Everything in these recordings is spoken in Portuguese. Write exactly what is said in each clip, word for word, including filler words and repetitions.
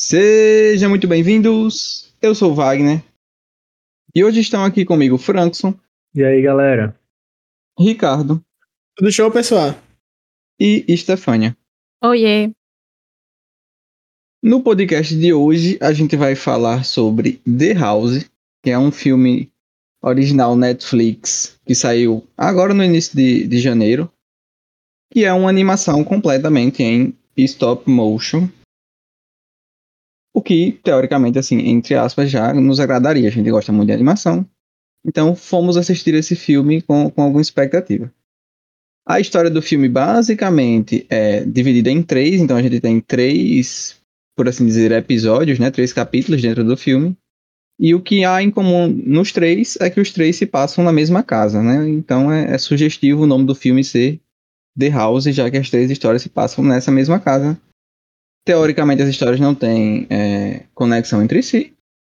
Sejam muito bem-vindos, eu sou o Wagner, e hoje estão aqui comigo Frankson. E aí, galera? Ricardo. Tudo show, pessoal? E Estefânia. Oiê! No podcast de hoje, a gente vai falar sobre The House, que é um filme original Netflix, que saiu agora no início de, de janeiro, que é uma animação completamente em stop motion. O que, teoricamente, assim, entre aspas, já nos agradaria. A gente gosta muito de animação. Então, fomos assistir esse filme com, com alguma expectativa. A história do filme, basicamente, é dividida em três. Então, a gente tem três, por assim dizer, episódios, né? Três capítulos dentro do filme. E o que há em comum nos três é que os três se passam na mesma casa, né? Então, é, é sugestivo o nome do filme ser The House, já que as três histórias se passam nessa mesma casa. Teoricamente, as histórias não têm é, conexão entre si.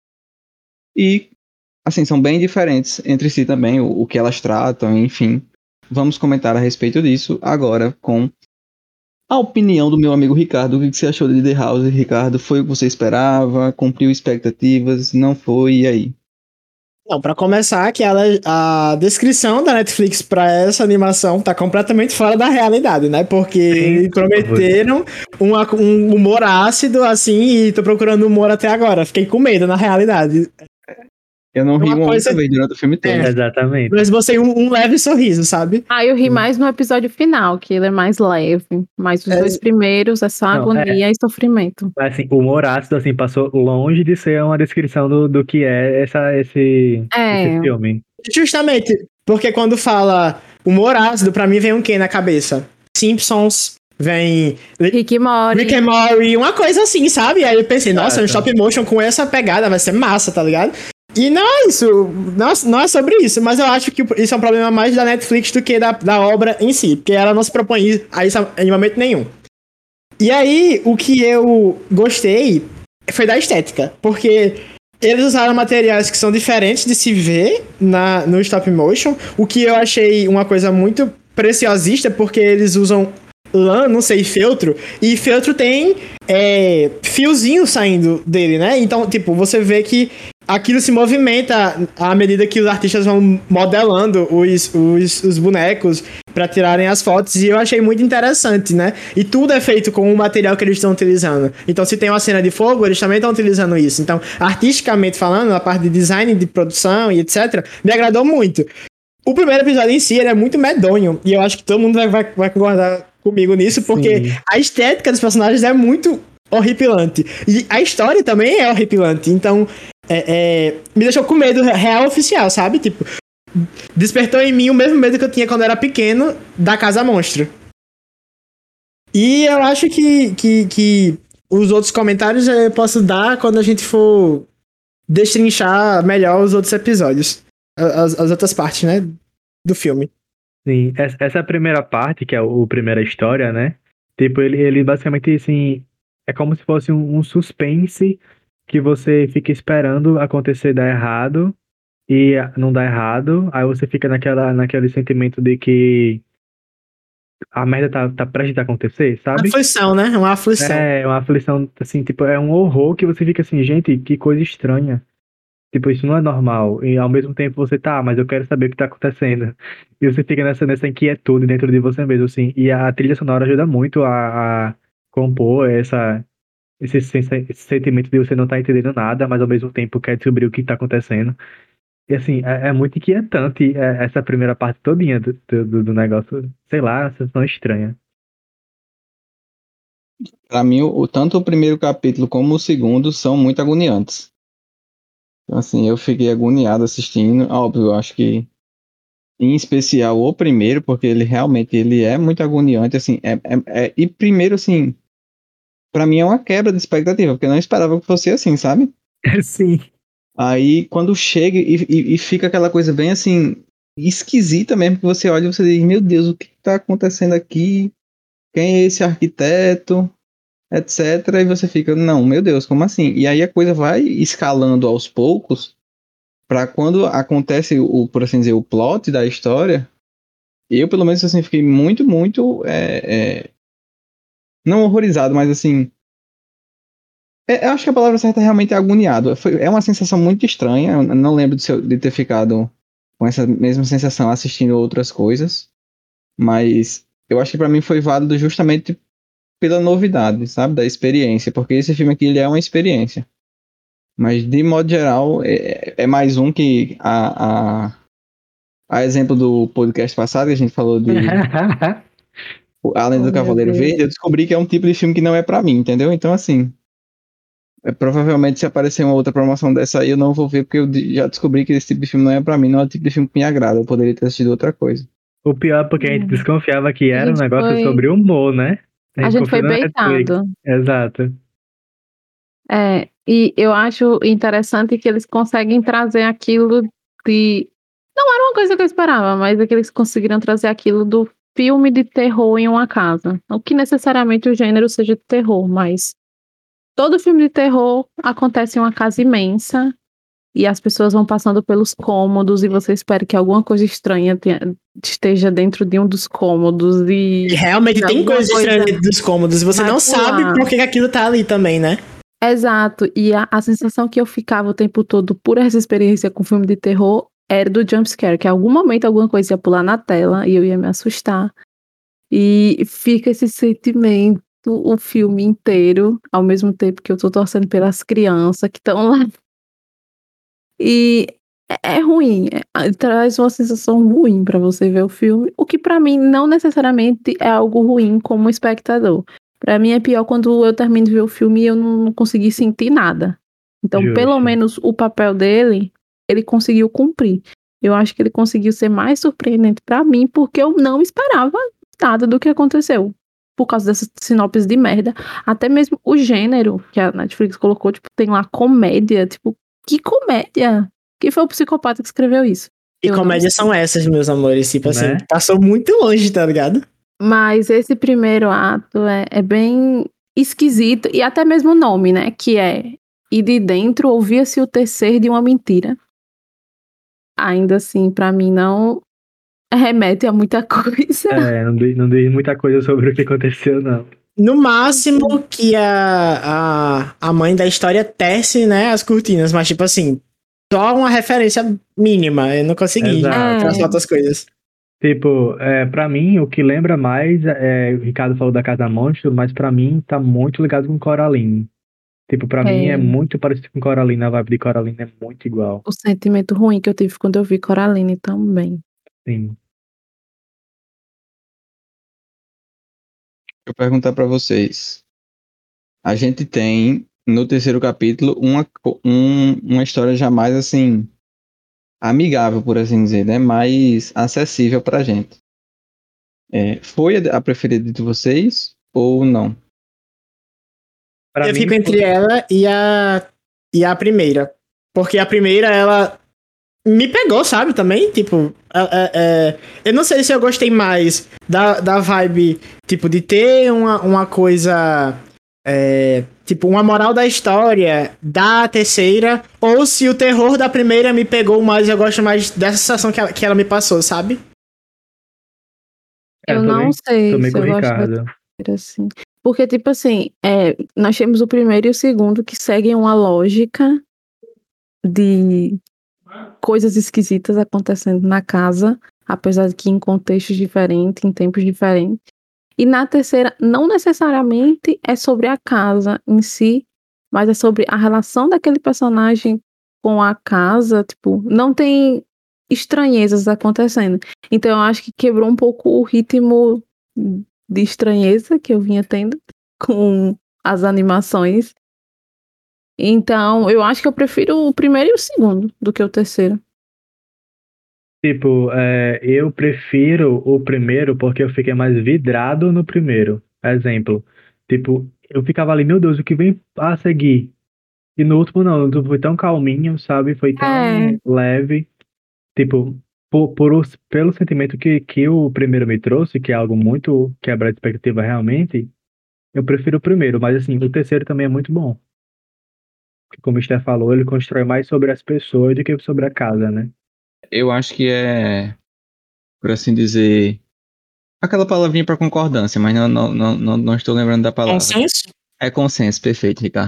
E, assim, são bem diferentes entre si também, o, o que elas tratam, enfim. Vamos comentar a respeito disso agora com a opinião do meu amigo Ricardo. O que você achou de The House, Ricardo? Foi o que você esperava? Cumpriu expectativas? Não foi? E aí? Não, pra começar, que ela, a descrição da Netflix pra essa animação tá completamente fora da realidade, né? Porque eles prometeram uma, um humor ácido, assim, e tô procurando humor até agora. Fiquei com medo, na realidade. Eu não ri Uma uma coisa- única vez durante o filme todo. É. Exatamente. Mas você um, um leve sorriso, sabe? Ah, eu ri mais no episódio final, que ele é mais leve. Mas os É. dois primeiros é só Não, agonia e sofrimento. Mas, assim, o humor ácido, assim, passou longe de ser uma descrição do, do que é essa, esse, É. esse filme. Justamente, porque quando fala humor ácido, pra mim vem um quê na cabeça? Simpsons, vem Rick e Morty. Rick and Morty, uma coisa assim, sabe? Aí eu pensei, nossa, um Exato. stop motion com essa pegada vai ser massa, tá ligado? E não é isso, não, não é sobre isso, mas eu acho que isso é um problema mais da Netflix do que da, da obra em si, porque ela não se propõe a isso em momento nenhum. E aí, o que eu gostei foi da estética, porque eles usaram materiais que são diferentes de se ver na, no stop motion, o que eu achei uma coisa muito preciosista, porque eles usam lã, não sei, feltro, e feltro tem é, fiozinho saindo dele, né? Então, tipo, você vê que aquilo se movimenta à medida que os artistas vão modelando os, os, os bonecos para tirarem as fotos, e eu achei muito interessante, né? E tudo é feito com o material que eles estão utilizando. Então, se tem uma cena de fogo, eles também estão utilizando isso. Então, artisticamente falando, a parte de design, de produção e etcétera, me agradou muito. O primeiro episódio em si, ele é muito medonho, e eu acho que todo mundo vai, vai, vai concordar comigo nisso, porque Sim. a estética dos personagens é muito horripilante. E a história também é horripilante. Então, é, é, me deixou com medo real oficial, sabe? Tipo, despertou em mim o mesmo medo que eu tinha quando eu era pequeno da Casa Monstro. E eu acho que, que, que os outros comentários eu posso dar quando a gente for destrinchar melhor os outros episódios. As, as outras partes, né? Do filme. Sim, essa, essa primeira parte, que é o, o primeira história, né? Tipo, ele, ele basicamente, assim, é como se fosse um, um suspense que você fica esperando acontecer dar errado e não dá errado. Aí você fica naquela, naquele sentimento de que a merda tá, tá prestes a acontecer, sabe? Aflição, né? Uma aflição. É, uma aflição, assim, tipo, é um horror que você fica assim, gente, que coisa estranha. Tipo, isso não é normal. E ao mesmo tempo você tá, mas eu quero saber o que tá acontecendo. E você fica nessa, nessa inquietude dentro de você mesmo, assim. E a trilha sonora ajuda muito a, a compor essa, esse, sen- esse sentimento de você não tá entendendo nada, mas ao mesmo tempo quer descobrir o que tá acontecendo. E assim, é, é muito inquietante é, essa primeira parte todinha do, do, do negócio. Sei lá, uma sensação estranha. Pra mim, o, tanto o primeiro capítulo como o segundo são muito agoniantes. Então, assim, eu fiquei agoniado assistindo. Óbvio, eu acho que, em especial, o primeiro, porque ele realmente ele é muito agoniante, assim. É, é, é- e primeiro, assim, pra mim é uma quebra de expectativa, porque eu não esperava que fosse assim, sabe? Sim. Aí, quando chega e, e, e fica aquela coisa bem, assim, esquisita mesmo, que você olha e você diz, meu Deus, o que tá acontecendo aqui? Quem é esse arquiteto? Etc. E você fica, não, meu Deus, como assim? E aí a coisa vai escalando aos poucos, para quando acontece o, por assim dizer, o plot da história, eu pelo menos assim fiquei muito, muito é, é, não horrorizado, mas assim É, eu acho que a palavra certa é realmente agoniado. Foi, é uma sensação muito estranha. Eu não lembro de, se eu- de ter ficado com essa mesma sensação assistindo outras coisas. Mas eu acho que pra mim foi válido justamente pela novidade, sabe? Da experiência. Porque esse filme aqui ele é uma experiência. Mas de modo geral, é, é mais um que a, a, a exemplo do podcast passado que a gente falou de Além Oh, do meu Cavaleiro Deus. Verde, eu descobri que é um tipo de filme que não é pra mim, entendeu? Então assim, é, provavelmente se aparecer uma outra promoção dessa aí eu não vou ver porque eu de- já descobri que esse tipo de filme não é pra mim, não é o tipo de filme que me agrada. Eu poderia ter assistido outra coisa. O pior é porque a gente Hum. desconfiava que A era um gente negócio foi, sobre humor, né? A a gente gente foi confiou na Netflix. beitado. Exato. É, e eu acho interessante que eles conseguem trazer aquilo de. Não era uma coisa que eu esperava, mas é que eles conseguiram trazer aquilo do filme de terror em uma casa. Não que necessariamente o gênero seja de terror, mas todo filme de terror acontece em uma casa imensa e as pessoas vão passando pelos cômodos e você espera que alguma coisa estranha tenha- esteja dentro de um dos cômodos E e realmente tem alguma coisas coisa estranhas dentro dos cômodos e você vai não sabe pular. por que que aquilo tá ali também, né? Exato, e a, a sensação que eu ficava o tempo todo por essa experiência com filme de terror era do jumpscare, que em algum momento alguma coisa ia pular na tela e eu ia me assustar. E fica esse sentimento o filme inteiro, ao mesmo tempo que eu tô torcendo pelas crianças que estão lá. E é, é ruim, é- traz uma sensação ruim pra você ver o filme, o que pra mim não necessariamente é algo ruim como espectador. Pra mim é pior quando eu termino de ver o filme e eu não consegui sentir nada. Então, pelo Justo. menos o papel dele, ele conseguiu cumprir. Eu acho que ele conseguiu ser mais surpreendente pra mim, porque eu não esperava nada do que aconteceu. Por causa dessas sinopses de merda. Até mesmo o gênero que a Netflix colocou, tipo, tem lá comédia. Tipo, que comédia? Quem foi o psicopata que escreveu isso? E Eu não comédias sei. são essas, meus amores. Tipo assim, Né? passou muito longe, tá ligado? Mas esse primeiro ato é, é bem esquisito. E até mesmo o nome, né? Que é E de dentro ouvia-se o tecer de uma mentira. Ainda assim, pra mim, não remete a muita coisa. É, não diz, não diz muita coisa sobre o que aconteceu, não. No máximo que a, a, a mãe da história tece, né, as cortinas, mas tipo assim, só uma referência mínima. Eu não consegui Exato. traçar É, outras coisas. Tipo, é, pra mim, o que lembra mais, é, o Ricardo falou da Casa Monstro, mas pra mim tá muito ligado com Coraline. Tipo, pra mim é é muito parecido com Coraline, a vibe de Coraline é muito igual. o sentimento ruim que eu tive quando eu vi Coraline também. Sim. Eu perguntar pra vocês. A gente tem no terceiro capítulo uma, co- um, uma história já mais assim amigável, por assim dizer, né? Mais acessível pra gente. É, foi a a preferida de vocês ou não? Pra Eu mim, fico entre ela e a, e a primeira. Porque a primeira, ela me pegou, sabe, também, tipo, é, é, é, eu não sei se eu gostei mais da, da vibe, tipo, de ter uma, uma coisa, é, tipo, uma moral da história da terceira, ou se o terror da primeira me pegou mais, eu gosto mais dessa sensação que ela, que ela me passou, sabe? é, Eu tô não bem, tô sei bem se com o eu gosto da Ricardo. terceira, assim. Porque, tipo assim, é, nós temos o primeiro e o segundo que seguem uma lógica de coisas esquisitas acontecendo na casa, apesar de que em contextos diferentes, em tempos diferentes. E na terceira, não necessariamente é sobre a casa em si, mas é sobre a relação daquele personagem com a casa, tipo, não tem estranhezas acontecendo. Então eu acho que quebrou um pouco o ritmo de estranheza que eu vinha tendo com as animações. Então, eu acho que eu prefiro o primeiro e o segundo do que o terceiro. Tipo, é, eu prefiro o primeiro porque eu fiquei mais vidrado no primeiro. Exemplo, tipo, eu ficava ali, meu Deus, o que vem a seguir? E no último não, tudo foi tão calminho, sabe? Foi É, tão leve. Tipo, por, por os- pelo sentimento que, que o primeiro me trouxe, que é algo muito quebra de expectativa realmente, eu prefiro o primeiro. Mas assim, o terceiro também é muito bom. Porque, como o Steph falou, ele constrói mais sobre as pessoas do que sobre a casa, né? Eu acho que é, por assim dizer, aquela palavrinha para concordância, mas não, não, não, não, não estou lembrando da palavra. Consenso? É consenso, perfeito, Ricardo.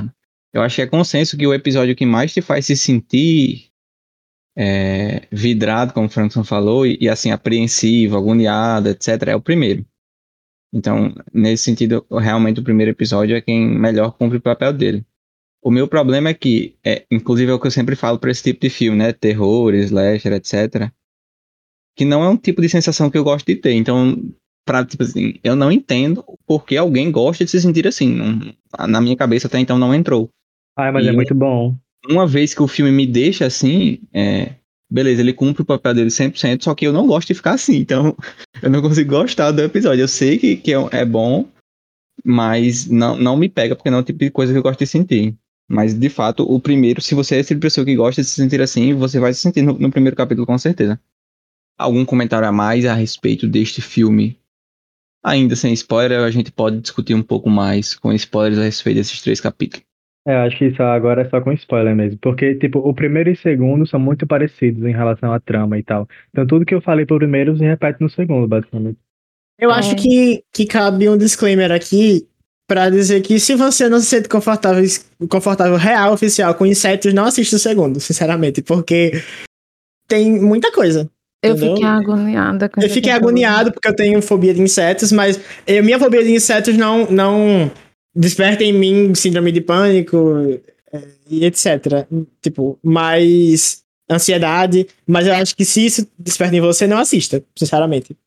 Eu acho que é consenso que o episódio que mais te faz se sentir é, vidrado, como o Frankson falou, e, e assim, apreensivo, agoniado, etcétera, é o primeiro. Então, nesse sentido, realmente o primeiro episódio é quem melhor cumpre o papel dele. O meu problema é que, é, inclusive é o que eu sempre falo para esse tipo de filme, né? Terror, slasher, etcétera. Que não é um tipo de sensação que eu gosto de ter. Então, pra, tipo assim, eu não entendo por que alguém gosta de se sentir assim. Não- na minha cabeça até então não entrou. Ah, mas é E muito bom. uma vez que o filme me deixa assim, é, beleza, ele cumpre o papel dele cem por cento, só que eu não gosto de ficar assim. Então, eu não consigo gostar do episódio. Eu sei que, que é é bom, mas não, não me pega, porque não é o tipo de coisa que eu gosto de sentir. Mas, de fato, o primeiro, se você é esse tipo de pessoa que gosta de se sentir assim, você vai se sentir no, no primeiro capítulo, com certeza. Algum comentário a mais a respeito deste filme? Ainda sem spoiler, a gente pode discutir um pouco mais com spoilers a respeito desses três capítulos. É, eu acho que isso agora é só com spoiler mesmo. Porque, tipo, o primeiro e o segundo são muito parecidos em relação à trama e tal. Então tudo que eu falei pro primeiro se repete no segundo, basicamente. Eu É. acho que, que cabe um disclaimer aqui pra dizer que se você não se sente confortável, confortável real, oficial, com insetos, não assista o segundo, sinceramente, porque tem muita coisa. Eu Entendeu? fiquei agoniada com Eu essa fiquei questão. agoniado porque eu tenho fobia de insetos, mas eh, minha fobia de insetos não, não desperta em mim síndrome de pânico eh, e etcétera. Tipo, mais ansiedade, mas eu acho que se isso desperta em você, não assista, sinceramente.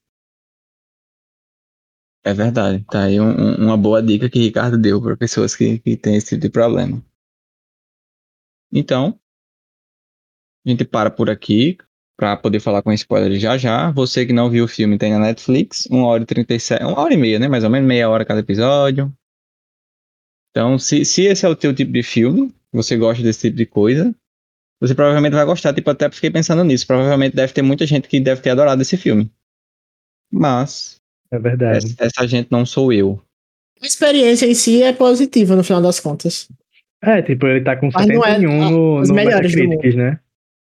É verdade. Tá aí um- um- uma boa dica que o Ricardo deu para pessoas que, que têm esse tipo de problema. Então, a gente para por aqui para poder falar com spoiler já já. Você que não viu o filme tem na Netflix, uma hora e trinta e sete, uma hora e meia, né? Mais ou menos meia hora cada episódio. Então, se, se esse é o teu tipo de filme, você gosta desse tipo de coisa, você provavelmente vai gostar. Tipo, até fiquei pensando nisso. Provavelmente deve ter muita gente que deve ter adorado esse filme. Mas É verdade. essa, essa gente não sou eu. A experiência em si é positiva no final das contas. É, tipo, ele tá com Mas não é setenta e um a- no, as no melhores do Metacritic, né?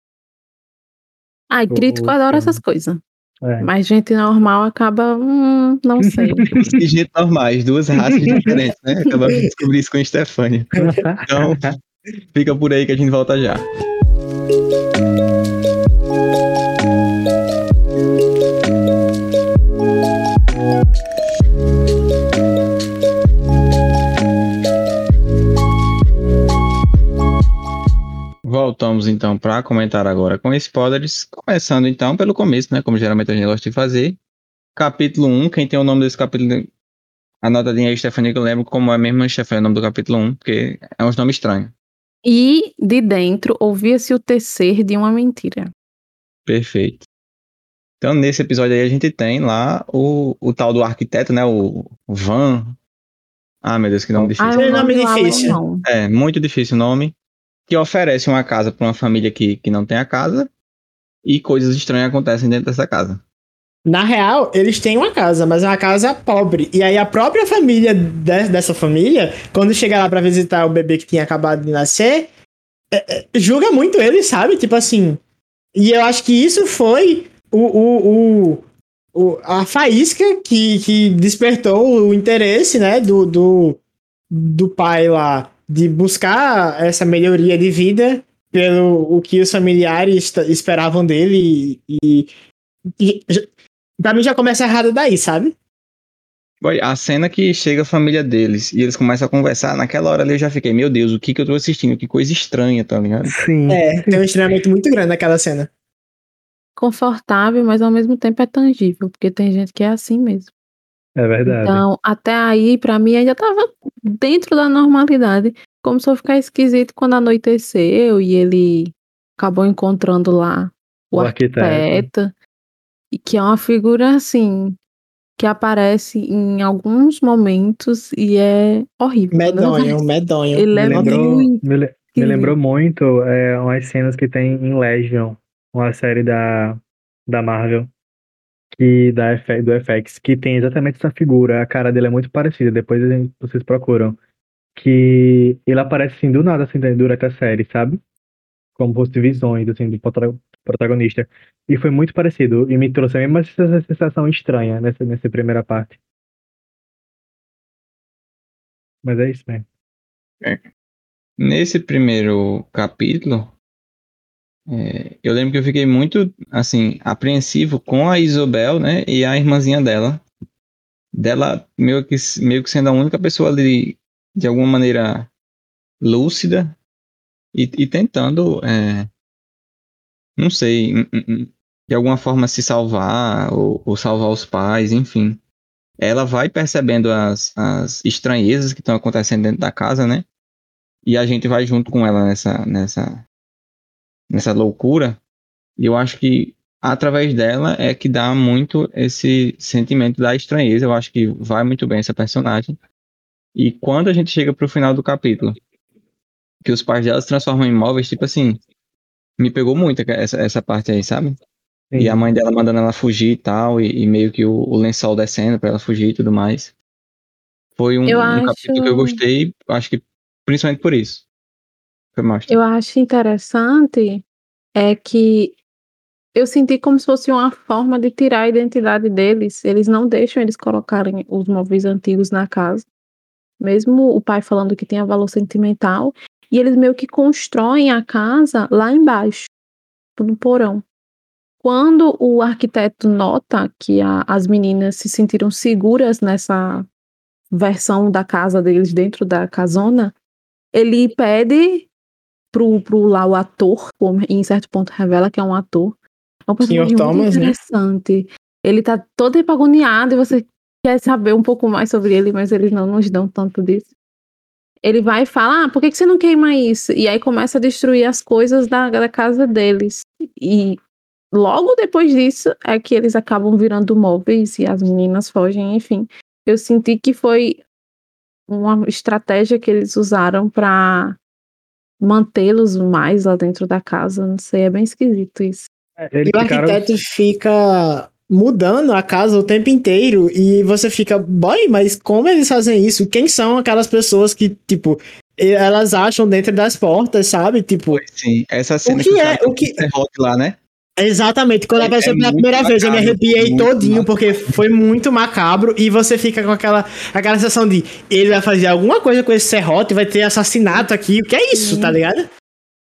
Ai, O, crítico o adora filme. essas coisas. É. Mas gente normal acaba. Hum, não sei. E gente normais, duas raças diferentes, né? Acabamos de descobrir isso com a Stefania. Então, fica por aí que a gente volta já. Voltamos então para comentar agora com spoilers, começando então pelo começo, né? Como geralmente a gente gosta de fazer. Capítulo um, quem tem o nome desse capítulo, anotadinha aí, Stefania, que eu lembro como é mesmo, Stefania, o nome do capítulo um, porque é uns nomes estranhos. E de dentro ouvia-se o tecer de uma mentira. Perfeito. Então, nesse episódio aí, a gente tem lá o, o tal do arquiteto, né? O, o Van. Ah, meu Deus, que nome Ah, difícil. é um Aquele nome nome lá difícil. alemão. É, muito difícil o nome. Que oferece uma casa para uma família que, que não tem a casa. E coisas estranhas acontecem dentro dessa casa. Na real, eles têm uma casa, mas é uma casa pobre. E aí a própria família de- dessa família, quando chega lá pra visitar o bebê que tinha acabado de nascer, é, é, julga muito ele, sabe? Tipo assim. E eu acho que isso foi o, o, o, o- a faísca que, que despertou o interesse, né, do, do, do pai lá de buscar essa melhoria de vida pelo o que os familiares t- esperavam dele e, e, e pra mim já começa errado daí, sabe? Boy, a cena que chega a família deles e eles começam a conversar, naquela hora ali eu já fiquei, meu Deus, o que que eu tô assistindo? Que coisa estranha, tá ligado? Sim. É, tem um estranhamento muito grande naquela cena. Confortável, mas ao mesmo tempo é tangível, porque tem gente que é assim mesmo. É verdade. Então, até aí, pra mim, ainda tava dentro da normalidade. Começou a ficar esquisito quando anoiteceu e ele acabou encontrando lá o, O arquiteto. arquiteto, e que é uma figura assim, que aparece em alguns momentos e é horrível. Quando ele Medonho, aparece. medonho. Ele Me é lembrou, muito me, le- me esquisito. lembrou muito é, umas cenas que tem em Legion, uma série da, da Marvel, que da F- do F X, que tem exatamente essa figura. A cara dele é muito parecida, depois a gente- vocês procuram. Que ele aparece assim do nada assim, durante a série, sabe? Como fosse visões assim, do prota- protagonista. E foi muito parecido, e me trouxe a mesma sensa- sensação estranha nessa, nessa primeira parte. Mas é isso mesmo. nesse primeiro capítulo, é, eu lembro que eu fiquei muito, assim, apreensivo com a Isobel, né? E a irmãzinha dela. Dela meio que, meio que sendo a única pessoa ali, de alguma maneira, lúcida. E, e tentando, é, não sei, de alguma forma se salvar, ou, ou salvar os pais, enfim. Ela vai percebendo as, as estranhezas que estão acontecendo dentro da casa, né? E a gente vai junto com ela nessa, nessa, nessa loucura. E eu acho que através dela é que dá muito esse sentimento da estranheza. Eu acho que vai muito bem essa personagem. E quando a gente chega pro final do capítulo, que os pais dela se transformam em móveis, tipo assim, me pegou muito essa, essa parte aí, sabe? Sim. E a mãe dela mandando ela fugir e tal, e, e meio que o, o lençol descendo pra ela fugir e tudo mais. Foi um, Eu um acho, capítulo que eu gostei, acho que principalmente por isso. Foi mostra. eu acho interessante é que eu senti como se fosse uma forma de tirar a identidade deles. Eles não deixam eles colocarem os móveis antigos na casa. Mesmo o pai falando que tem valor sentimental. E eles meio que constroem a casa lá embaixo, no porão. Quando o arquiteto nota que a, as meninas se sentiram seguras nessa versão da casa deles dentro da casona, ele pede pro, pro lá o ator, e em certo ponto revela que é um ator. É um senhor personagem muito Thomas, né? interessante. Ele tá todo empagoniado e você quer saber um pouco mais sobre ele, mas eles não nos dão tanto disso. Ele vai e fala, ah, por que, que você não queima isso? E aí começa a destruir as coisas da, da casa deles. E logo depois disso é que eles acabam virando móveis e as meninas fogem, enfim. Eu senti que foi uma estratégia que eles usaram pra mantê-los mais lá dentro da casa. Não sei, é bem esquisito isso. É, E eles o ficaram. arquiteto fica mudando a casa o tempo inteiro e você fica, boy, mas como eles fazem isso? Quem são aquelas pessoas que, tipo, elas acham dentro das portas, sabe? Tipo, Sim, essa cena o que o é, cara o que serrote lá, né? exatamente, quando É- apareceu é pela muito primeira vez, eu me macabro, arrepiei muito todinho, porque macabro. foi muito macabro, e você fica com aquela, aquela sensação de ele vai fazer alguma coisa com esse serrote, vai ter assassinato aqui, o que é isso, Sim. tá ligado?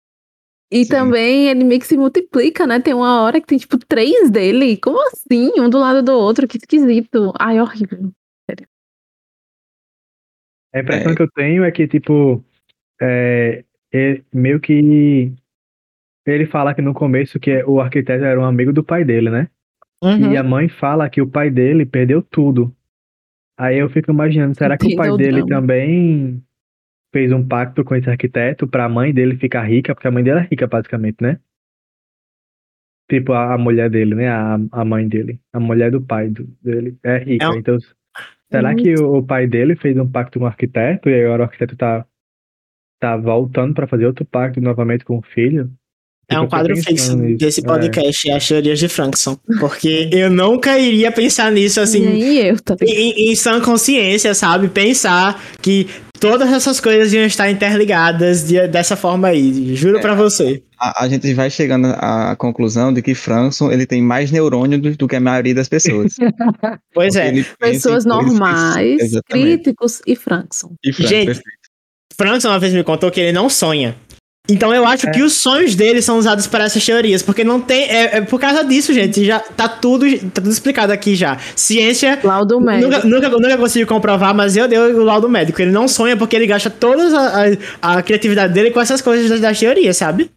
E Sim. também ele meio que se multiplica, né? Tem uma hora que tem, tipo, três dele. Como assim? Um do lado do outro, que esquisito. Ai, horrível. A impressão É. que eu tenho é que, tipo, é, é meio que ele fala que no começo que o arquiteto era um amigo do pai dele, né? Uhum. E a mãe fala que o pai dele perdeu tudo. Aí eu fico imaginando, será que o pai Entenda o dele drama. também fez um pacto com esse arquiteto pra mãe dele ficar rica? Porque a mãe dele é rica, basicamente, né? Tipo, a, a mulher dele, né? A, a mãe dele. A mulher do pai do- dele é É rica. um- Então, será Muito. que o, o pai dele fez um pacto com o arquiteto e agora o arquiteto tá, tá voltando pra fazer outro pacto novamente com o filho? É Tipo, um eu fiquei quadro fixo pensando nisso. desse É. podcast, as teorias de Frankson. Porque eu nunca iria pensar nisso assim, Nem eu, tá ligado? em, em sã consciência, sabe? Pensar que todas essas coisas iam estar interligadas de- dessa forma aí. Juro É. pra você. A, a gente vai chegando à conclusão de que Frankson ele tem mais neurônio do, do que a maioria das pessoas. Pois Porque é. ele pensa em Pessoas coisas que- normais, Exatamente. críticos e Frankson. E Frank, Gente, perfeito. Frankson uma vez me contou que ele não sonha. Então eu acho É. que os sonhos dele são usados para essas teorias, porque não tem. É, é por causa disso, gente. Já tá tudo, tá tudo explicado aqui já. Ciência. Laudo médico. Nunca, nunca, nunca consegui comprovar, mas eu dei o laudo médico. Ele não sonha porque ele gasta toda a, a, a criatividade dele com essas coisas das, das teorias, sabe?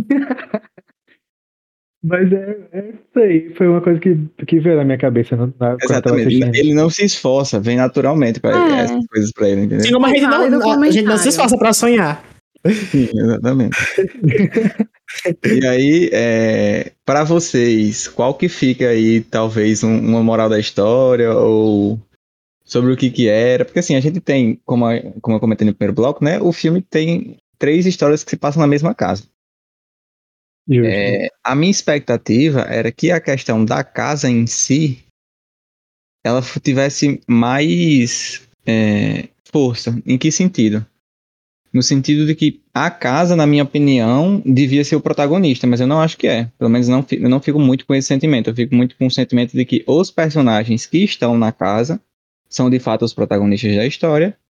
Mas é, é isso aí. Foi uma coisa que, que veio na minha cabeça na, na- quando eu tava Exatamente. assistindo. Ele não se esforça, vem naturalmente para É. essas coisas para ele, entendeu? Sim, como a gente, Válido não, a gente não se comentário. esforça pra sonhar. Sim, exatamente. E aí, é, para vocês, qual que fica aí, talvez, um- uma moral da história ou sobre o que que era? Porque assim, a gente tem, como, a- como eu comentei no primeiro bloco, né? O filme tem três histórias que se passam na mesma casa. Justo. É, a minha expectativa era que a questão da casa em si, ela f- tivesse mais é, força. Em que sentido? No sentido de que a casa, na minha opinião, devia ser o protagonista, mas eu não acho que é. Pelo menos não, fi- eu não fico muito com esse sentimento. Eu fico muito com o sentimento de que os personagens que estão na casa são de fato os protagonistas da história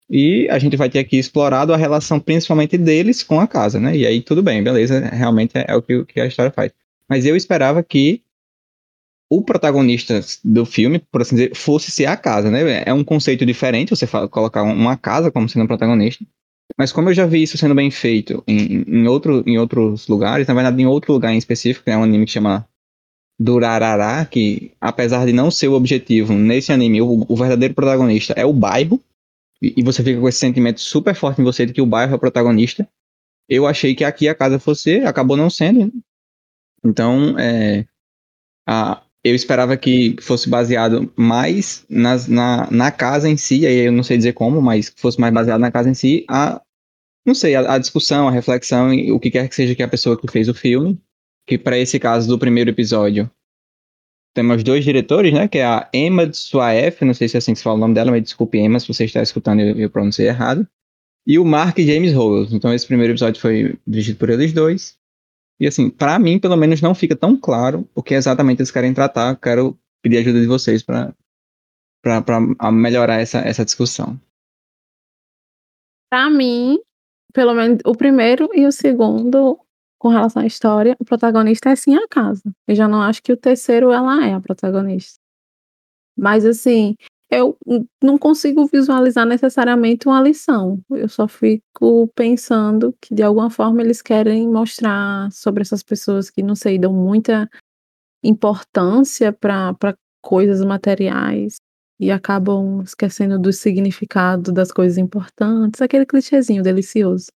E a gente vai ter aqui explorado a relação principalmente deles com a casa, né? E aí tudo bem, beleza, realmente é, é o que, que a história faz. Mas eu esperava que o protagonista do filme, por assim dizer, fosse ser a casa, né? É um conceito diferente você fala, colocar uma casa como sendo protagonista. Mas como eu já vi isso sendo bem feito em, em, outro, em outros lugares, na verdade em outro lugar em específico, é um anime que chama Durarara, que apesar de não ser o objetivo nesse anime, o, o verdadeiro protagonista é o bairro, e, e você fica com esse sentimento super forte em você de que o bairro é o protagonista. Eu achei que aqui a casa fosse, acabou não sendo, né? Então, é, a, eu esperava que fosse baseado mais nas, na, na casa em si, aí eu não sei dizer como, mas que fosse mais baseado na casa em si, a, não sei, a, a discussão, a reflexão, e o que quer que seja que a pessoa que fez o filme, que para esse caso do primeiro episódio, temos dois diretores, né, que é a Emma Swaef, não sei se é assim que se fala o nome dela, mas desculpe, Emma, se você está escutando eu, eu pronunciei errado, e o Mark James Howells. Então esse primeiro episódio foi dirigido por eles dois. E assim, pra mim, pelo menos, não fica tão claro o que exatamente eles querem tratar. Eu quero pedir ajuda de vocês pra, pra, pra melhorar essa, essa discussão. Pra mim, pelo menos o primeiro e o segundo, com relação à história, o protagonista é sim a casa. Eu já não acho que o terceiro ela é a protagonista. Mas assim, eu não consigo visualizar necessariamente uma lição. Eu só fico pensando que de alguma forma eles querem mostrar sobre essas pessoas que, não sei, dão muita importância para coisas materiais e acabam esquecendo do significado das coisas importantes, aquele clichêzinho delicioso.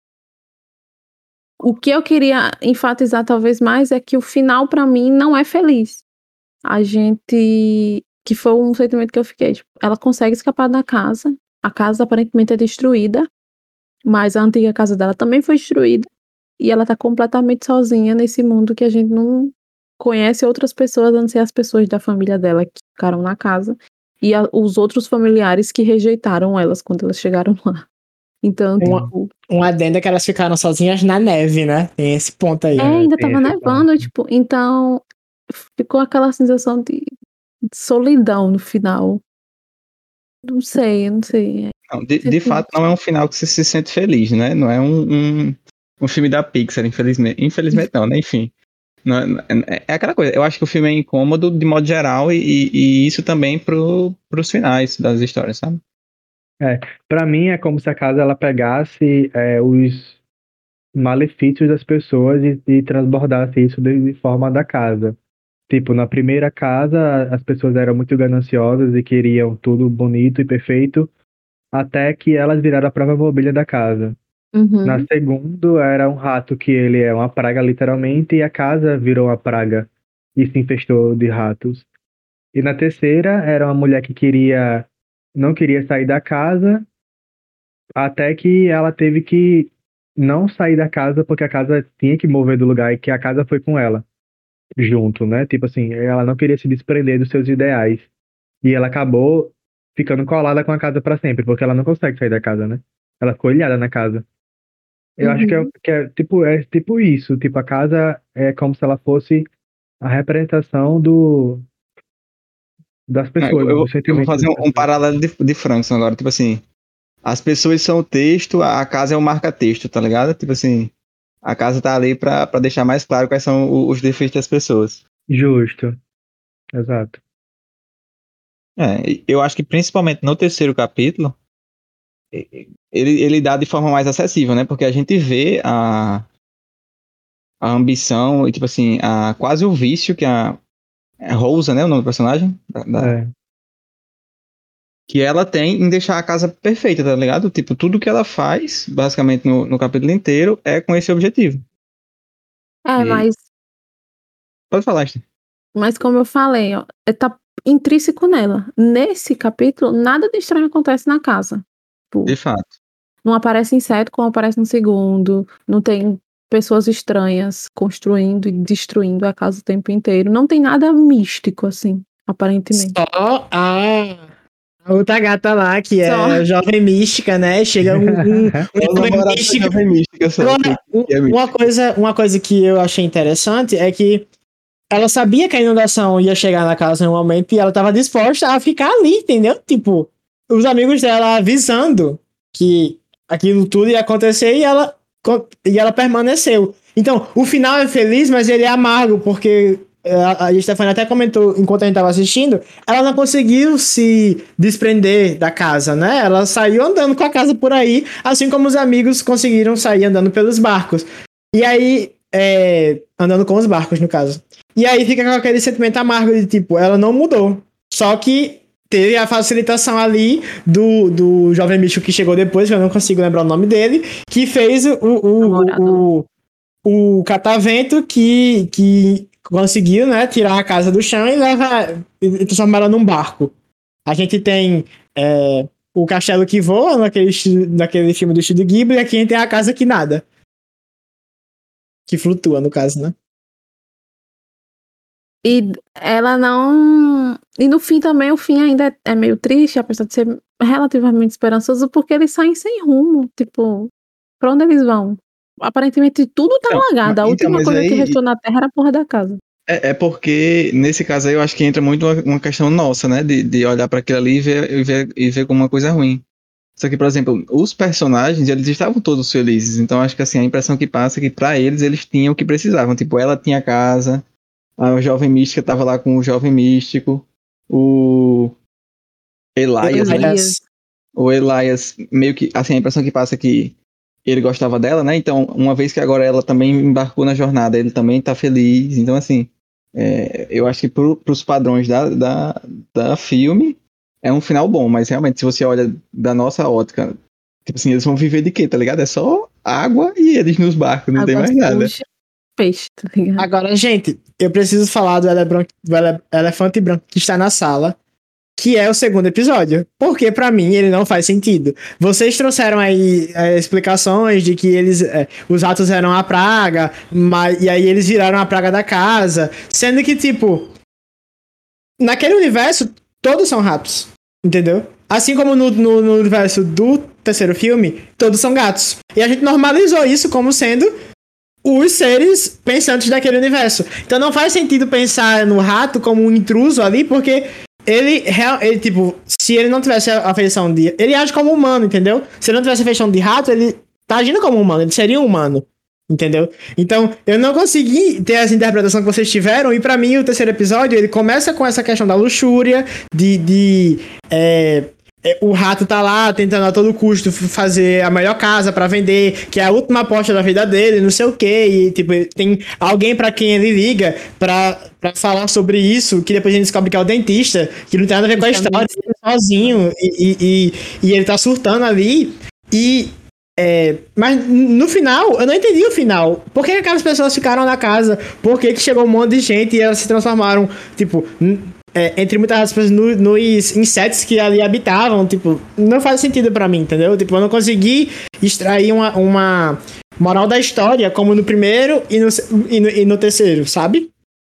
O que eu queria enfatizar talvez mais é que o final para mim não é feliz. A gente, que foi um sentimento que eu fiquei, tipo, ela consegue escapar da casa, a casa aparentemente é destruída, mas a antiga casa dela também foi destruída e ela tá completamente sozinha nesse mundo que a gente não conhece outras pessoas, a não ser as pessoas da família dela que ficaram na casa e a, os outros familiares que rejeitaram elas quando elas chegaram lá. Então, Uma, tipo, um adendo é que elas ficaram sozinhas na neve, né? Tem esse ponto aí. é, É, ainda tava nevando, ponto. Tipo, então ficou aquela sensação de, de solidão no final. Não sei, não sei. Não, de, de fato, não é um final que você se sente feliz, né? Não é um, um, um filme da Pixar, infelizmente. Infelizmente não, né? Enfim. Não, é, é aquela coisa, eu acho que o filme é incômodo de modo geral e, e, e isso também pro, pros finais das histórias, sabe? É, pra mim é como se a casa ela pegasse é, os malefícios das pessoas e, e transbordasse isso de, de forma da casa. Tipo, na primeira casa as pessoas eram muito gananciosas e queriam tudo bonito e perfeito, até que elas viraram a própria mobília da casa. Uhum. Na segunda era um rato que ele é uma praga literalmente e a casa virou uma praga e se infestou de ratos. E na terceira era uma mulher que queria não queria sair da casa, até que ela teve que não sair da casa porque a casa tinha que mover do lugar e que a casa foi com ela junto, né? Tipo assim, ela não queria se desprender dos seus ideais. E ela acabou ficando colada com a casa pra sempre, porque ela não consegue sair da casa, né? Ela ficou ilhada na casa. Eu acho que é, Uhum. que é tipo é tipo isso, tipo a casa é como se ela fosse a representação do das Não, eu, pessoas, eu, dos eu vou sentimentos fazer das um, um pessoas. paralelo de, de Frankson agora, tipo assim, as pessoas são o texto, a casa é o marca-texto, tá ligado? Tipo assim, a casa tá ali pra, pra deixar mais claro quais são o- os defeitos das pessoas. Justo, exato. É, eu acho que principalmente no terceiro capítulo, e- ele, ele dá de forma mais acessível, né? Porque a gente vê a, a ambição e, tipo assim, a, quase o vício que a, a Rosa, né? O nome do personagem? Da, da- É. que ela tem em deixar a casa perfeita, tá ligado? Tipo, tudo que ela faz, basicamente no, no capítulo inteiro, é com esse objetivo. É, E mas, pode falar, Steve. mas como eu falei, ó, é, tá intrínseco nela. Nesse capítulo, nada de estranho acontece na casa. Tipo, De fato. não aparece inseto como aparece no segundo, não tem pessoas estranhas construindo e destruindo a casa o tempo inteiro. Não tem nada místico, assim, aparentemente. Só a, a outra gata lá, que Só. é jovem mística, né? Chega um, um, um jovem místico. mística só. Agora, um- que é uma, mística. coisa, uma coisa que eu achei interessante é que ela sabia que a inundação ia chegar na casa em um momento e ela estava disposta a ficar ali, entendeu? Tipo, os amigos dela avisando que aquilo tudo ia acontecer e ela, e ela permaneceu. Então, o final é feliz, mas ele é amargo, porque a, a Stephanie até comentou, enquanto a gente estava assistindo, ela não conseguiu se desprender da casa, né? Ela saiu andando com a casa por aí, assim como os amigos conseguiram sair andando pelos barcos. E aí, é, andando com os barcos, no caso. E aí fica com aquele sentimento amargo de, tipo, ela não mudou. Só que teve a facilitação ali do, do jovem místico que chegou depois, que eu não consigo lembrar o nome dele, que fez o, o, o, o, o catavento que, que conseguiu, né, tirar a casa do chão e levar, e transformar ela num barco. A gente tem é, o castelo que voa naquele, naquele filme do Estúdio Ghibli, e aqui a gente tem a casa que nada. Que flutua, no caso, né? E ela não... E no fim também, o fim ainda é meio triste, apesar de ser relativamente esperançoso, porque eles saem sem rumo. Tipo, pra onde eles vão? Aparentemente tudo tá Então, alagado. A então, última mas coisa aí- que restou na Terra era a porra da casa. É, é porque, nesse caso aí, eu acho que entra muito uma, uma questão nossa, né? De, de olhar para aquilo ali e ver, e, ver, e ver como uma coisa ruim. Só que, por exemplo, os personagens, eles estavam todos felizes. Então, acho que assim, a impressão que passa é que para eles, eles tinham o que precisavam. Tipo, ela tinha casa, a jovem mística tava lá com o jovem místico, o Elias, né? Elias. O Elias, meio que, assim, a impressão que passa é que ele gostava dela, né? Então, uma vez que agora ela também embarcou na jornada, ele também tá feliz. Então, assim, é, eu acho que pro, pros padrões da, da, da filme, é um final bom. Mas, realmente, se você olha da nossa ótica, tipo assim, eles vão viver de quê, tá ligado? É só água e eles nos barcos, não tem Água mais nada. suja, peixe, tá ligado? Agora, gente, eu preciso falar do, elebran- do ele- elefante branco que está na sala, que é o segundo episódio. Porque, pra mim, ele não faz sentido. Vocês trouxeram aí é, explicações de que eles, é, os ratos eram a praga, mas, e aí eles viraram a praga da casa. Sendo que, tipo, naquele universo, todos são ratos. Entendeu? Assim como no, no, no universo do terceiro filme, todos são gatos. E a gente normalizou isso como sendo os seres pensantes daquele universo. Então não faz sentido pensar no rato como um intruso ali, porque ele, real- ele tipo, se ele não tivesse a feição de... Ele age como humano, entendeu? Se ele não tivesse a feição de rato, ele tá agindo como humano, ele seria um humano. Entendeu? Então, eu não consegui ter essa interpretação que vocês tiveram, e pra mim o terceiro episódio, ele começa com essa questão da luxúria, de... de é, é, o rato tá lá tentando a todo custo f- fazer a melhor casa pra vender, que é a última aposta da vida dele, não sei o que, e tipo, tem alguém pra quem ele liga pra, pra falar sobre isso, que depois a gente descobre que é o dentista, que não tem nada a ver com a história, ele é sozinho, e, e, e, e ele tá surtando ali, e é, mas no final, eu não entendi o final. Por que aquelas pessoas ficaram na casa? Por que, que chegou um monte de gente e elas se transformaram, tipo, n- é, entre muitas aspas, no- nos insetos que ali habitavam? Tipo, não faz sentido pra mim, entendeu? Tipo, eu não consegui extrair uma, uma moral da história como no primeiro e no, se- e no, e no terceiro, sabe?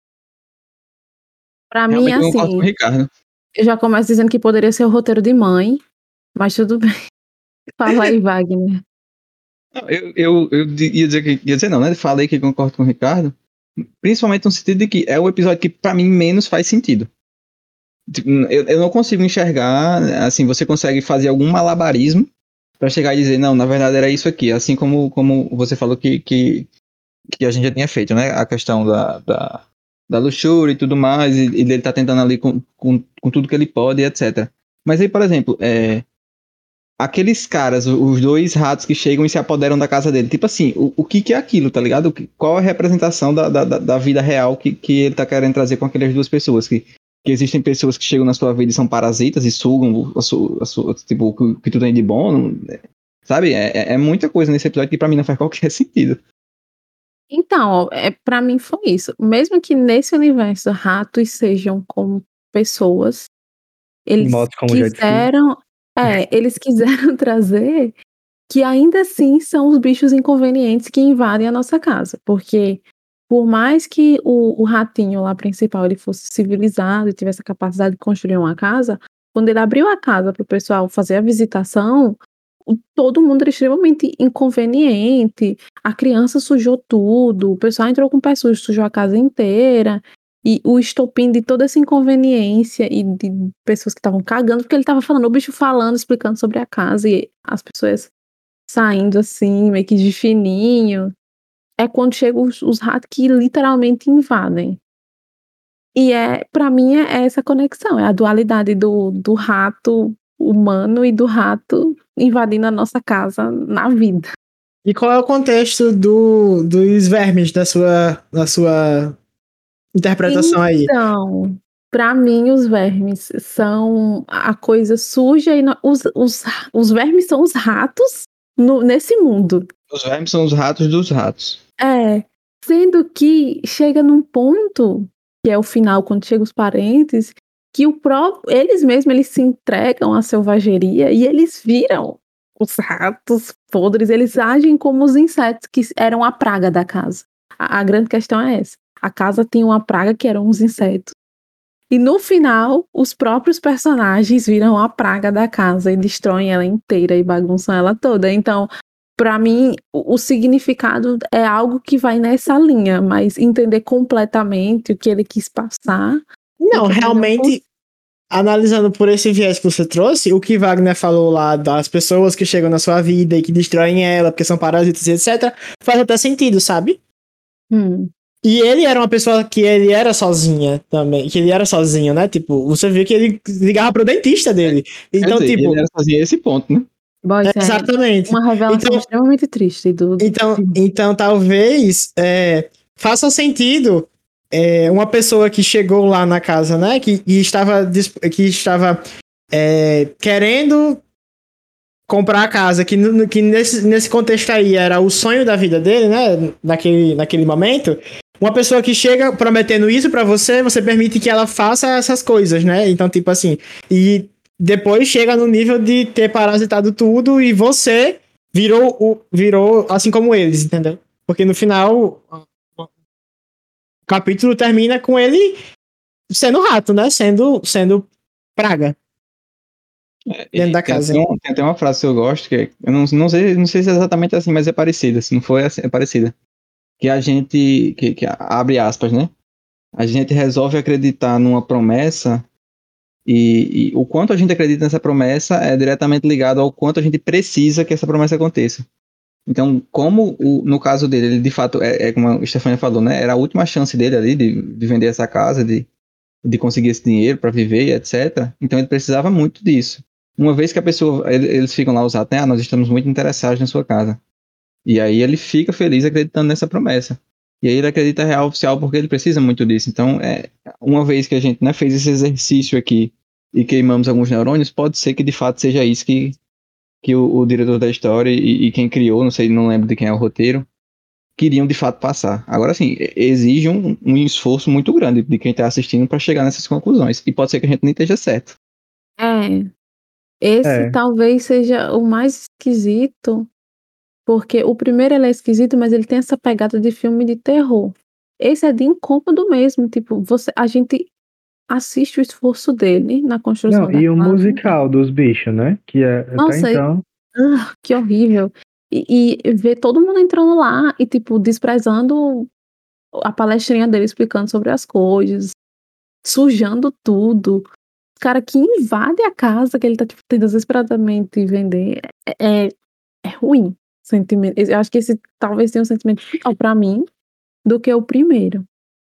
Pra mim, Realmente eu concordo com o assim, Ricardo. eu já começo dizendo que poderia ser o roteiro de mãe, mas tudo bem. Fala aí, Wagner. Não, Eu, eu, eu di- ia dizer que ia dizer não, né? Falei que concordo com o Ricardo, principalmente no sentido de que é o episódio que pra mim menos faz sentido. Tipo, Eu, eu não consigo enxergar, assim, você consegue fazer algum malabarismo pra chegar e dizer, não, na verdade era isso aqui, assim como, como você falou que, que, que a gente já tinha feito, né? A questão da, da, da luxúria e tudo mais, e, e ele tá tentando ali com, com, com tudo que ele pode, etcétera. Mas aí, por exemplo, é, aqueles caras, o- os dois ratos que chegam e se apoderam da casa dele. Tipo assim, o, o que que é aquilo, tá ligado? O que- Qual é a representação da, da, da- da vida real que, que ele tá querendo trazer com aquelas duas pessoas? Que, que existem pessoas que chegam na sua vida e são parasitas e sugam o- a sua, a sua- tipo, o que, o que tu tem de bom, não- é, sabe? É, é- é muita coisa nesse episódio que pra mim não faz qualquer sentido. Então, ó, é, pra mim foi isso. Mesmo que nesse universo ratos sejam como pessoas, eles Motos como jet ski. quiseram, é, eles quiseram trazer que ainda assim são os bichos inconvenientes que invadem a nossa casa. Porque por mais que o, o ratinho lá principal ele fosse civilizado e tivesse a capacidade de construir uma casa, quando ele abriu a casa para o pessoal fazer a visitação, o- todo mundo era extremamente inconveniente, a criança sujou tudo, o pessoal entrou com o pé sujo, sujou a casa inteira. E o estopim de toda essa inconveniência e de pessoas que estavam cagando, porque ele tava falando, o bicho falando, explicando sobre a casa e as pessoas saindo assim, meio que de fininho. É quando chegam os, os ratos que literalmente invadem. E é, pra mim, é essa conexão, é a dualidade do, do rato humano e do rato invadindo a nossa casa na vida. E qual é o contexto do, dos vermes da sua, da sua interpretação aí? Então, pra mim, os vermes são a coisa suja e no- os, os, os vermes são os ratos no- nesse mundo. Os vermes são os ratos dos ratos. É, sendo que chega num ponto, que é o final, quando chega os parentes, que o próprio, eles mesmos eles se entregam à selvageria e eles viram os ratos podres, eles agem como os insetos que eram a praga da casa. A, a grande questão é essa. A casa tinha uma praga que eram os insetos. E no final, os próprios personagens viram a praga da casa e destroem ela inteira e bagunçam ela toda. Então, pra mim, o, o significado é algo que vai nessa linha, mas entender completamente o que ele quis passar. Não, eu também realmente, consigo. analisando por esse viés que você trouxe, o que Wagner falou lá das pessoas que chegam na sua vida e que destroem ela porque são parasitas e etcétera, faz até sentido, sabe? Hum. E ele era uma pessoa que ele era sozinha também, que ele era sozinho, né? Tipo, você viu que ele ligava pro dentista dele. Quer Então, dizer, tipo, ele era sozinho a esse ponto, né? Bom, isso é exatamente. uma revelação Então, extremamente triste do, do então, filme. então talvez é, faça sentido é, uma pessoa que chegou lá na casa, né? Que, que estava, dis- que estava é, querendo comprar a casa, que, no- que nesse, nesse contexto aí era o sonho da vida dele, né? Naquele, naquele momento. Uma pessoa que chega prometendo isso pra você, você permite que ela faça essas coisas, né? Então, tipo assim, e depois chega no nível de ter parasitado tudo e você virou, o, virou assim como eles, entendeu? Porque no final, o capítulo termina com ele sendo rato, né? Sendo, sendo praga É, dentro e da tem, casa. até um- tem até uma frase que eu gosto, que é, eu não, não sei, não sei se é exatamente assim, mas é parecida. Se não for, é, assim- é parecida. Que a gente, que, que abre aspas, né? A gente resolve acreditar numa promessa e, e o quanto a gente acredita nessa promessa é diretamente ligado ao quanto a gente precisa que essa promessa aconteça. Então, como o, no caso dele, ele de fato, é, é como a Stefania falou, né? Era a última chance dele ali de, de vender essa casa, de, de conseguir esse dinheiro para viver e etcétera. Então, ele precisava muito disso. Uma vez que a pessoa, ele- eles ficam lá, os ratos, né? Ah, nós estamos muito interessados na sua casa. E aí ele fica feliz acreditando nessa promessa. E aí ele acredita real oficial porque ele precisa muito disso. Então, é, uma vez que a gente, né, fez esse exercício aqui e queimamos alguns neurônios, pode ser que de fato seja isso que, que o, o diretor da história e, e quem criou, não sei, não lembro de quem é o roteiro, queriam de fato passar. Agora sim, exige um, um esforço muito grande de quem está assistindo para chegar nessas conclusões. E pode ser que a gente nem esteja certo. É, esse É. talvez seja o mais esquisito, porque o primeiro ele é esquisito, mas ele tem essa pegada de filme de terror. Esse é de incômodo mesmo, tipo, você, a gente assiste o esforço dele na construção Não, da e o casa. musical dos bichos, né? Que é, até Nossa, e- então. ah, que horrível. E, e ver todo mundo entrando lá e, tipo, desprezando a palestrinha dele explicando sobre as coisas, sujando tudo. O cara que invade a casa que ele tá, tipo, tentando desesperadamente vender é, é, é ruim. Sentimento. Eu acho que esse talvez tenha um sentimento pior pra mim do que o primeiro.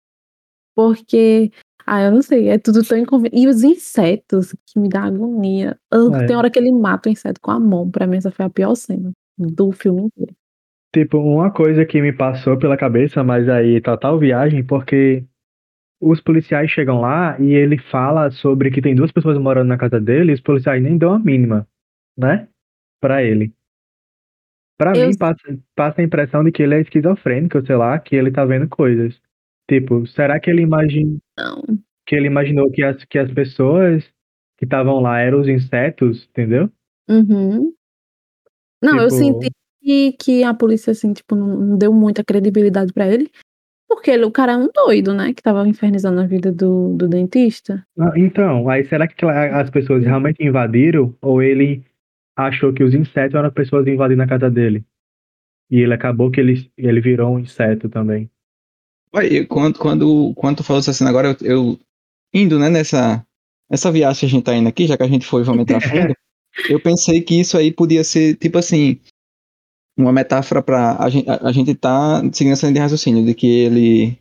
Porque, ah, eu não sei, é tudo tão inconveniente. E os insetos, que me dá agonia. Ah, É. tem hora que ele mata o inseto com a mão. Pra mim, essa foi a pior cena do filme inteiro. Tipo, uma coisa que me passou pela cabeça, mas aí total viagem, porque os policiais chegam lá e ele fala sobre que tem duas pessoas morando na casa dele e os policiais nem dão a mínima, né? Pra ele. Pra Eu mim, passa, passa a impressão de que ele é esquizofrênico, sei lá, que ele tá vendo coisas. Tipo, será que ele imagina, não. que ele imaginou que as, que as pessoas que estavam lá eram os insetos, entendeu? Uhum. Não, eu senti Tipo, que, que a polícia, assim, tipo, não, não deu muita credibilidade pra ele. Porque ele, o cara é um doido, né? Que tava infernizando a vida do, do dentista. ah, então, aí será que aquela- as pessoas realmente invadiram ou ele achou que os insetos eram pessoas invadindo a casa dele? E ele acabou que ele, ele virou um inseto também. Olha, eu- quando, quando, quando tu falou essa cena agora, eu, eu indo, né, nessa, nessa viagem que a gente tá indo aqui, já que a gente foi, vamos entrar fundo, eu pensei que isso aí podia ser, tipo assim, uma metáfora pra a gente, a, a gente tá seguindo essa linha de raciocínio, de que ele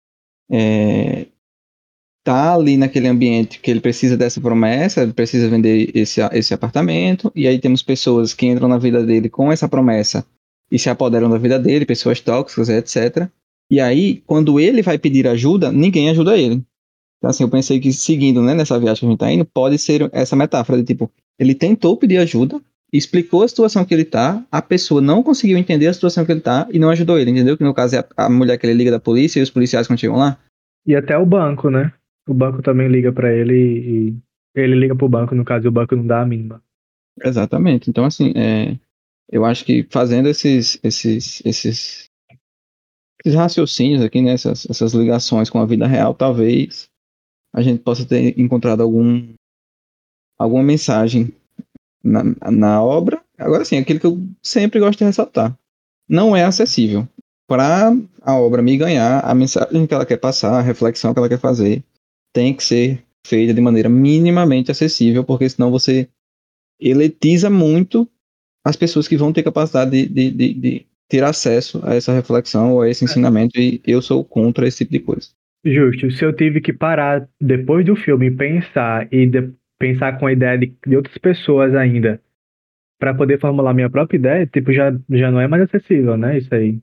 é, tá ali naquele ambiente que ele precisa dessa promessa, ele precisa vender esse, esse apartamento, e aí temos pessoas que entram na vida dele com essa promessa e se apoderam da vida dele, pessoas tóxicas, etcétera. E aí, quando ele vai pedir ajuda, ninguém ajuda ele. Então, assim, eu pensei que seguindo, né, nessa viagem que a gente tá indo, pode ser essa metáfora de tipo, ele tentou pedir ajuda, explicou a situação que ele tá, a pessoa não conseguiu entender a situação que ele tá e não ajudou ele, entendeu? Que no caso é a, a mulher que ele liga da polícia e os policiais quando chegam lá. E até o banco, né? O banco também liga pra ele e ele liga pro banco, no caso, e o banco não dá a mínima. Exatamente. Então, assim, é, eu acho que fazendo esses, esses, esses, esses raciocínios aqui, né, essas, essas ligações com a vida real, talvez a gente possa ter encontrado algum, alguma mensagem na, na obra. Agora sim, aquilo que eu sempre gosto de ressaltar. Não é acessível. Para a obra me ganhar, a mensagem que ela quer passar, a reflexão que ela quer fazer, tem que ser feita de maneira minimamente acessível, porque senão você elitiza muito as pessoas que vão ter capacidade de, de, de, de ter acesso a essa reflexão ou a esse ensinamento, e eu sou contra esse tipo de coisa. Justo. Se eu tive que parar depois do filme e pensar e de- pensar com a ideia de, de outras pessoas ainda pra poder formular minha própria ideia, tipo, já, já não é mais acessível, né? Isso aí.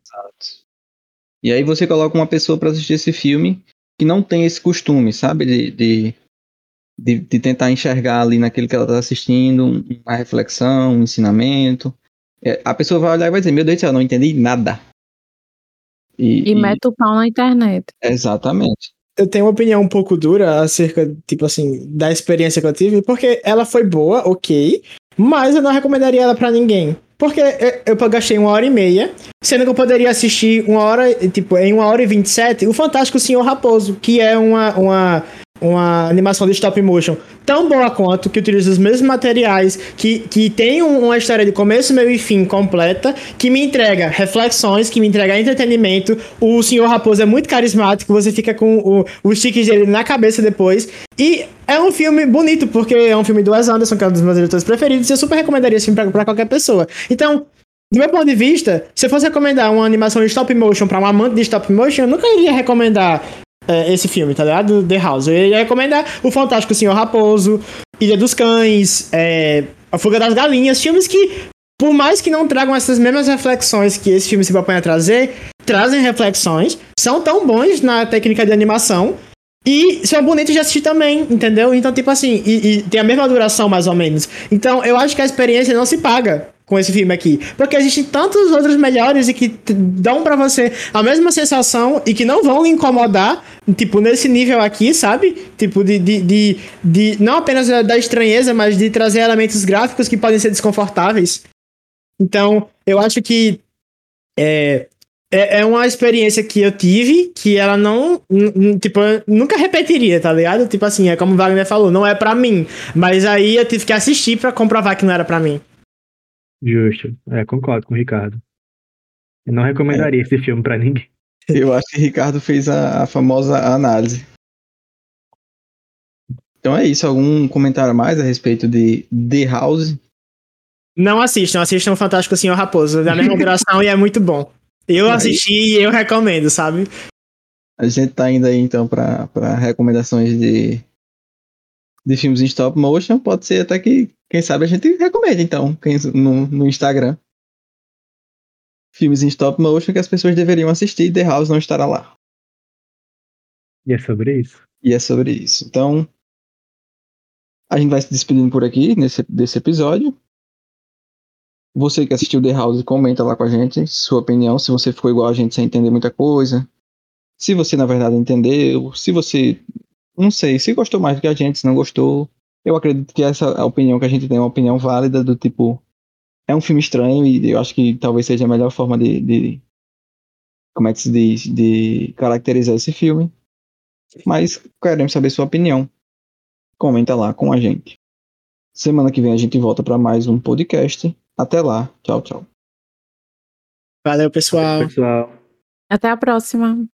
E aí você coloca uma pessoa para assistir esse filme que não tem esse costume, sabe? De, de, de, de tentar enxergar ali naquilo que ela está assistindo uma reflexão, um ensinamento. É, a pessoa vai olhar e vai dizer, meu Deus do céu, eu não entendi nada. E, E e- mete o pau na internet. exatamente. Eu tenho uma opinião um pouco dura acerca, tipo assim, da experiência que eu tive, porque ela foi boa, ok, mas eu não recomendaria ela pra ninguém. Porque eu, eu gastei uma hora e meia, sendo que eu poderia assistir uma hora, tipo, em uma hora e vinte e sete, o Fantástico Senhor Raposo, que é uma, uma, uma animação de stop motion tão boa quanto, que utiliza os mesmos materiais, que, que tem um- uma história de começo, meio e fim completa, que me entrega reflexões, que me entrega entretenimento. O Senhor Raposo é muito carismático, você fica com o, os tiques dele na cabeça depois. E é um filme bonito, porque é um filme do Wes Anderson, que é um dos meus diretores preferidos, e eu super recomendaria esse filme pra, pra qualquer pessoa. Então, do meu ponto de vista, se eu fosse recomendar uma animação de stop motion pra um amante de stop motion, eu nunca iria recomendar é, esse filme, tá ligado? The House. Eu ia recomendar O Fantástico Senhor Raposo, Ilha dos Cães, é, A Fuga das Galinhas, filmes que, por mais que não tragam essas mesmas reflexões que esse filme se propõe a trazer, trazem reflexões, são tão bons na técnica de animação e são bonitos de assistir também, entendeu? Então, tipo assim, e, e tem a mesma duração mais ou menos. Então, eu acho que a experiência não se paga com esse filme aqui, porque existem tantos outros melhores e que t- dão pra você a mesma sensação e que não vão lhe incomodar, tipo, nesse nível aqui, sabe? Tipo, de, de, de, de não apenas da estranheza, mas de trazer elementos gráficos que podem ser desconfortáveis. Então, eu acho que é, é, é uma experiência que eu tive que ela não, n- n- tipo, eu nunca repetiria, tá ligado? Tipo assim, é como o Wagner falou, não é pra mim. Mas aí eu tive que assistir pra comprovar que não era pra mim. Justo. É, concordo com o Ricardo. Eu não recomendaria esse filme pra ninguém. Eu acho que Ricardo fez a, a famosa análise. Então é isso. Algum comentário a mais a respeito de The House? Não assistam, assistam o Fantástico Senhor Raposo, da mesma duração e é muito bom. Eu E aí? assisti e eu recomendo, sabe? A gente tá indo aí então para recomendações de, de filmes em stop motion. Pode ser até que, quem sabe, a gente recomenda então quem- no, no Instagram. Filmes em stop motion que as pessoas deveriam assistir e The House não estará lá. E é sobre isso. E é sobre isso. Então, a gente vai se despedindo por aqui nesse, desse episódio. Você que assistiu The House, comenta lá com a gente sua opinião, se você ficou igual a gente sem entender muita coisa. Se você, na verdade, entendeu. Se você, não sei, se gostou mais do que a gente, se não gostou. Eu acredito que essa a opinião que a gente tem é uma opinião válida do tipo, é um filme estranho e eu acho que talvez seja a melhor forma de, de como é que se diz, de caracterizar esse filme. Mas queremos saber sua opinião. Comenta lá com a gente. Semana que vem a gente volta para mais um podcast. Até lá. Tchau, tchau. Valeu, pessoal. Pessoal. Até a próxima.